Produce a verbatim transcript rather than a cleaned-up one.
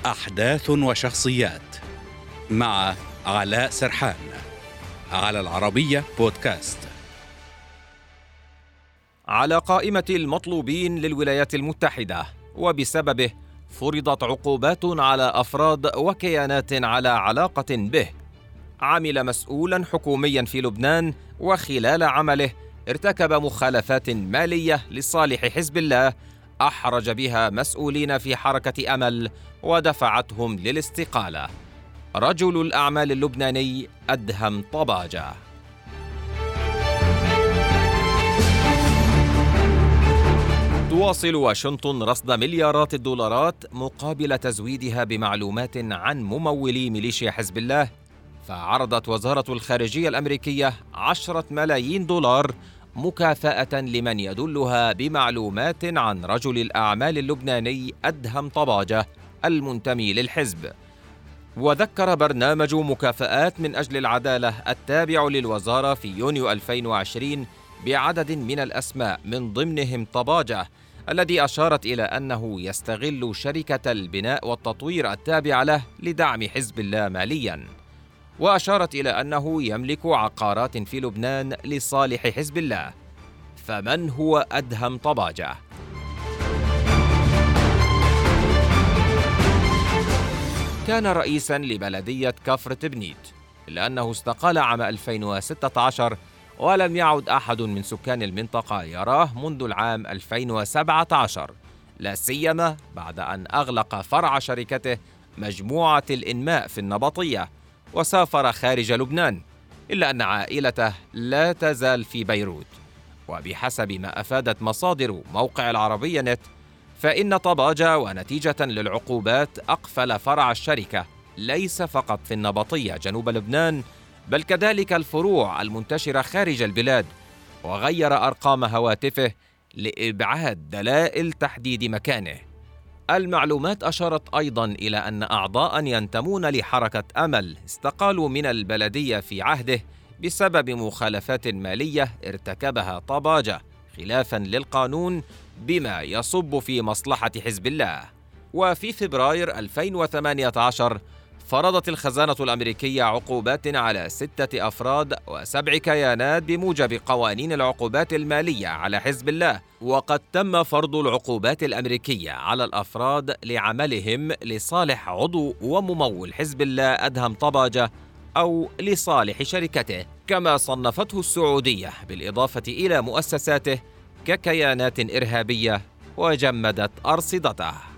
أحداث وشخصيات مع علاء سرحان على العربية بودكاست. على قائمة المطلوبين للولايات المتحدة، وبسببه فرضت عقوبات على أفراد وكيانات على علاقة به. عمل مسؤولا حكوميا في لبنان، وخلال عمله ارتكب مخالفات مالية لصالح حزب الله أحرج بها مسؤولين في حركة أمل ودفعتهم للاستقالة. رجل الأعمال اللبناني أدهم طباجة. تواصل واشنطن رصد مليارات الدولارات مقابل تزويدها بمعلومات عن ممولي ميليشيا حزب الله، فعرضت وزارة الخارجية الأمريكية عشرة ملايين دولار مكافأة لمن يدلها بمعلومات عن رجل الأعمال اللبناني أدهم طباجة المنتمي للحزب. وذكر برنامج مكافآت من أجل العدالة التابع للوزارة في يونيو ألفين وعشرين بعدد من الأسماء، من ضمنهم طباجة، الذي أشارت إلى أنه يستغل شركة البناء والتطوير التابعة له لدعم حزب الله مالياً. وأشارت إلى أنه يملك عقارات في لبنان لصالح حزب الله. فمن هو أدهم طباجة؟ كان رئيساً لبلدية كفر تبنيت، إلا أنه استقال عام ألفين وستة عشر، ولم يعد أحد من سكان المنطقة يراه منذ العام ألفين وسبعة عشر، لا سيما بعد أن أغلق فرع شركته مجموعة الإنماء في النبطية وسافر خارج لبنان، إلا أن عائلته لا تزال في بيروت. وبحسب ما أفادت مصادر موقع العربية نت، فإن طباجة ونتيجة للعقوبات أقفل فرع الشركة ليس فقط في النبطية جنوب لبنان، بل كذلك الفروع المنتشرة خارج البلاد، وغير أرقام هواتفه لإبعاد دلائل تحديد مكانه. المعلومات أشارت أيضاً إلى أن أعضاء ينتمون لحركة أمل استقالوا من البلدية في عهده بسبب مخالفات مالية ارتكبها طباجة خلافاً للقانون بما يصب في مصلحة حزب الله. وفي فبراير ألفين وثمانية عشر فرضت الخزانة الأمريكية عقوبات على ستة أفراد وسبع كيانات بموجب قوانين العقوبات المالية على حزب الله. وقد تم فرض العقوبات الأمريكية على الأفراد لعملهم لصالح عضو وممول حزب الله أدهم طباجة أو لصالح شركته، كما صنفته السعودية بالإضافة إلى مؤسساته ككيانات إرهابية وجمدت أرصدته.